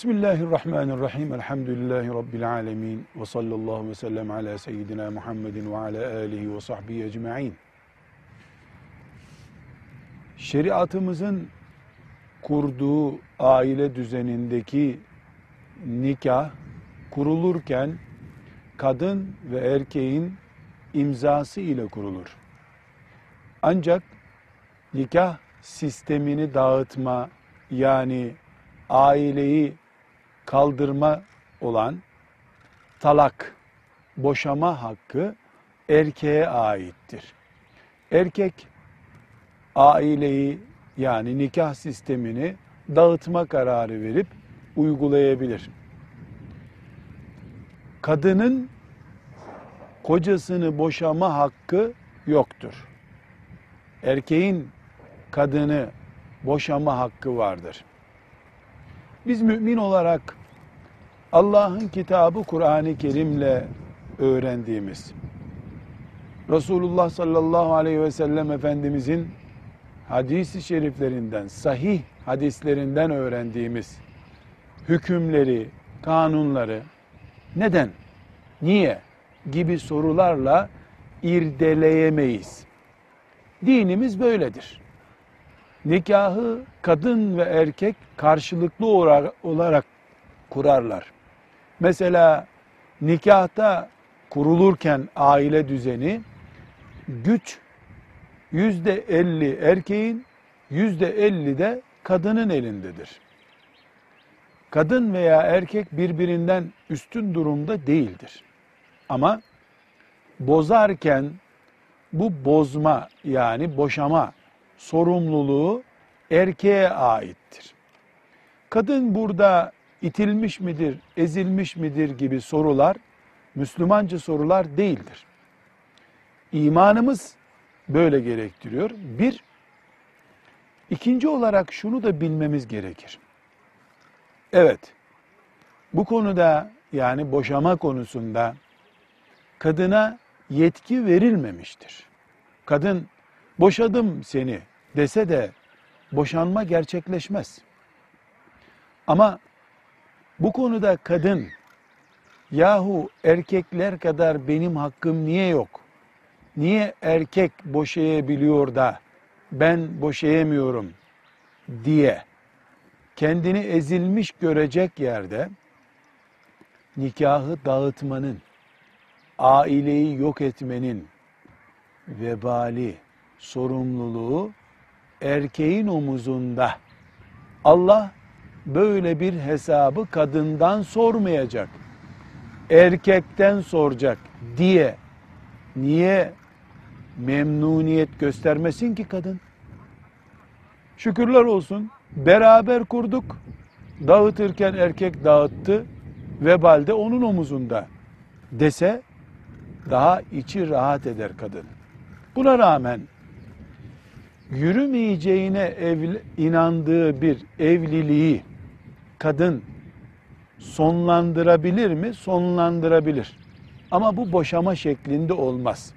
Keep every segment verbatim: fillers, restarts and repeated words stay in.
Bismillahirrahmanirrahim. Elhamdülillahi Rabbil alemin. Ve sallallahu ve sellem ala seyyidina Muhammedin ve ala alihi ve sahbihi ecma'in. Şeriatımızın kurduğu aile düzenindeki nikah kurulurken kadın ve erkeğin imzası ile kurulur. Ancak nikah sistemini dağıtma, yani aileyi kaldırma olan talak, boşama hakkı erkeğe aittir. Erkek aileyi, yani nikah sistemini dağıtma kararı verip uygulayabilir. Kadının kocasını boşama hakkı yoktur. Erkeğin kadını boşama hakkı vardır. Biz mümin olarak Allah'ın kitabı Kur'an-ı Kerim'le öğrendiğimiz, Resulullah sallallahu aleyhi ve sellem Efendimizin hadis-i şeriflerinden, sahih hadislerinden öğrendiğimiz hükümleri, kanunları neden, niye gibi sorularla irdeleyemeyiz. Dinimiz böyledir. Nikahı kadın ve erkek karşılıklı olarak kurarlar. Mesela nikahta kurulurken aile düzeni güç yüzde elli erkeğin, yüzde elli de kadının elindedir. Kadın veya erkek birbirinden üstün durumda değildir. Ama bozarken bu bozma, yani boşama sorumluluğu erkeğe aittir. Kadın burada itilmiş midir, ezilmiş midir gibi sorular Müslümanca sorular değildir. İmanımız böyle gerektiriyor. Bir, ikinci olarak şunu da bilmemiz gerekir. Evet, bu konuda, yani boşama konusunda kadına yetki verilmemiştir. Kadın boşadım seni dese de boşanma gerçekleşmez. Ama bu konuda kadın, yahu erkekler kadar benim hakkım niye yok? Niye erkek boşayabiliyor da ben boşayamıyorum diye kendini ezilmiş görecek yerde nikahı dağıtmanın, aileyi yok etmenin vebali, sorumluluğu erkeğin omuzunda. Allah böyle bir hesabı kadından sormayacak, erkekten soracak diye niye memnuniyet göstermesin ki kadın? Şükürler olsun, beraber kurduk, dağıtırken erkek dağıttı, vebal de onun omuzunda dese daha içi rahat eder kadın. Buna rağmen yürümeyeceğine evli, inandığı bir evliliği kadın sonlandırabilir mi? Sonlandırabilir. Ama bu boşama şeklinde olmaz.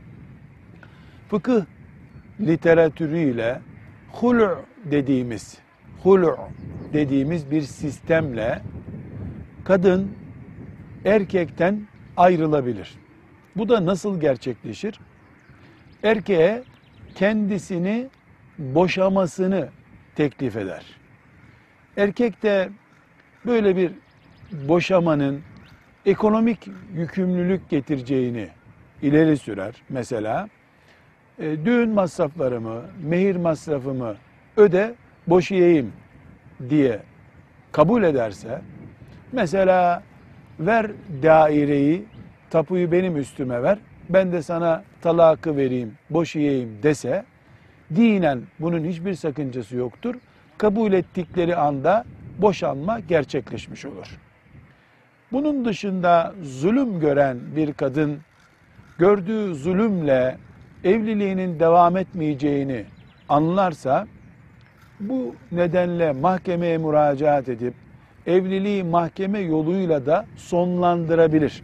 Fıkıh literatürüyle hulu dediğimiz, hulu dediğimiz bir sistemle kadın erkekten ayrılabilir. Bu da nasıl gerçekleşir? Erkeğe kendisini boşamasını teklif eder. Erkek de böyle bir boşamanın ekonomik yükümlülük getireceğini ileri sürer. Mesela e, düğün masraflarımı, mehir masrafımı öde, boşayayım diye kabul ederse, mesela ver daireyi, tapuyu benim üstüme ver, ben de sana talakı vereyim, boşayayım dese, dinen bunun hiçbir sakıncası yoktur. Kabul ettikleri anda boşanma gerçekleşmiş olur. Bunun dışında zulüm gören bir kadın, gördüğü zulümle evliliğinin devam etmeyeceğini anlarsa, bu nedenle mahkemeye müracaat edip, evliliği mahkeme yoluyla da sonlandırabilir.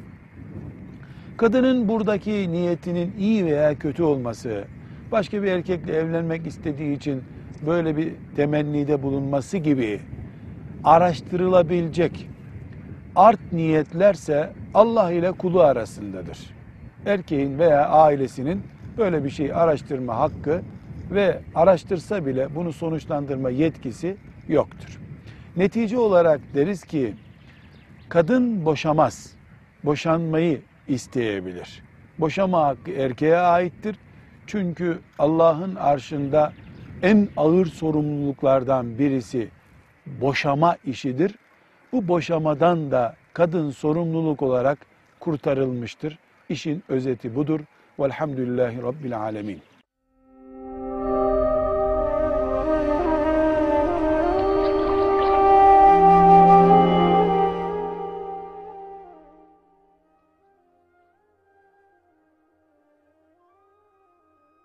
Kadının buradaki niyetinin iyi veya kötü olması, başka bir erkekle evlenmek istediği için böyle bir temennide bulunması gibi araştırılabilecek art niyetlerse Allah ile kulu arasındadır. Erkeğin veya ailesinin böyle bir şey araştırma hakkı ve araştırsa bile bunu sonuçlandırma yetkisi yoktur. Netice olarak deriz ki kadın boşamaz, boşanmayı isteyebilir. Boşama hakkı erkeğe aittir. Çünkü Allah'ın arşında en ağır sorumluluklardan birisi boşama işidir. Bu boşamadan da kadın sorumluluk olarak kurtarılmıştır. İşin özeti budur. Velhamdülillahi Rabbil alemin.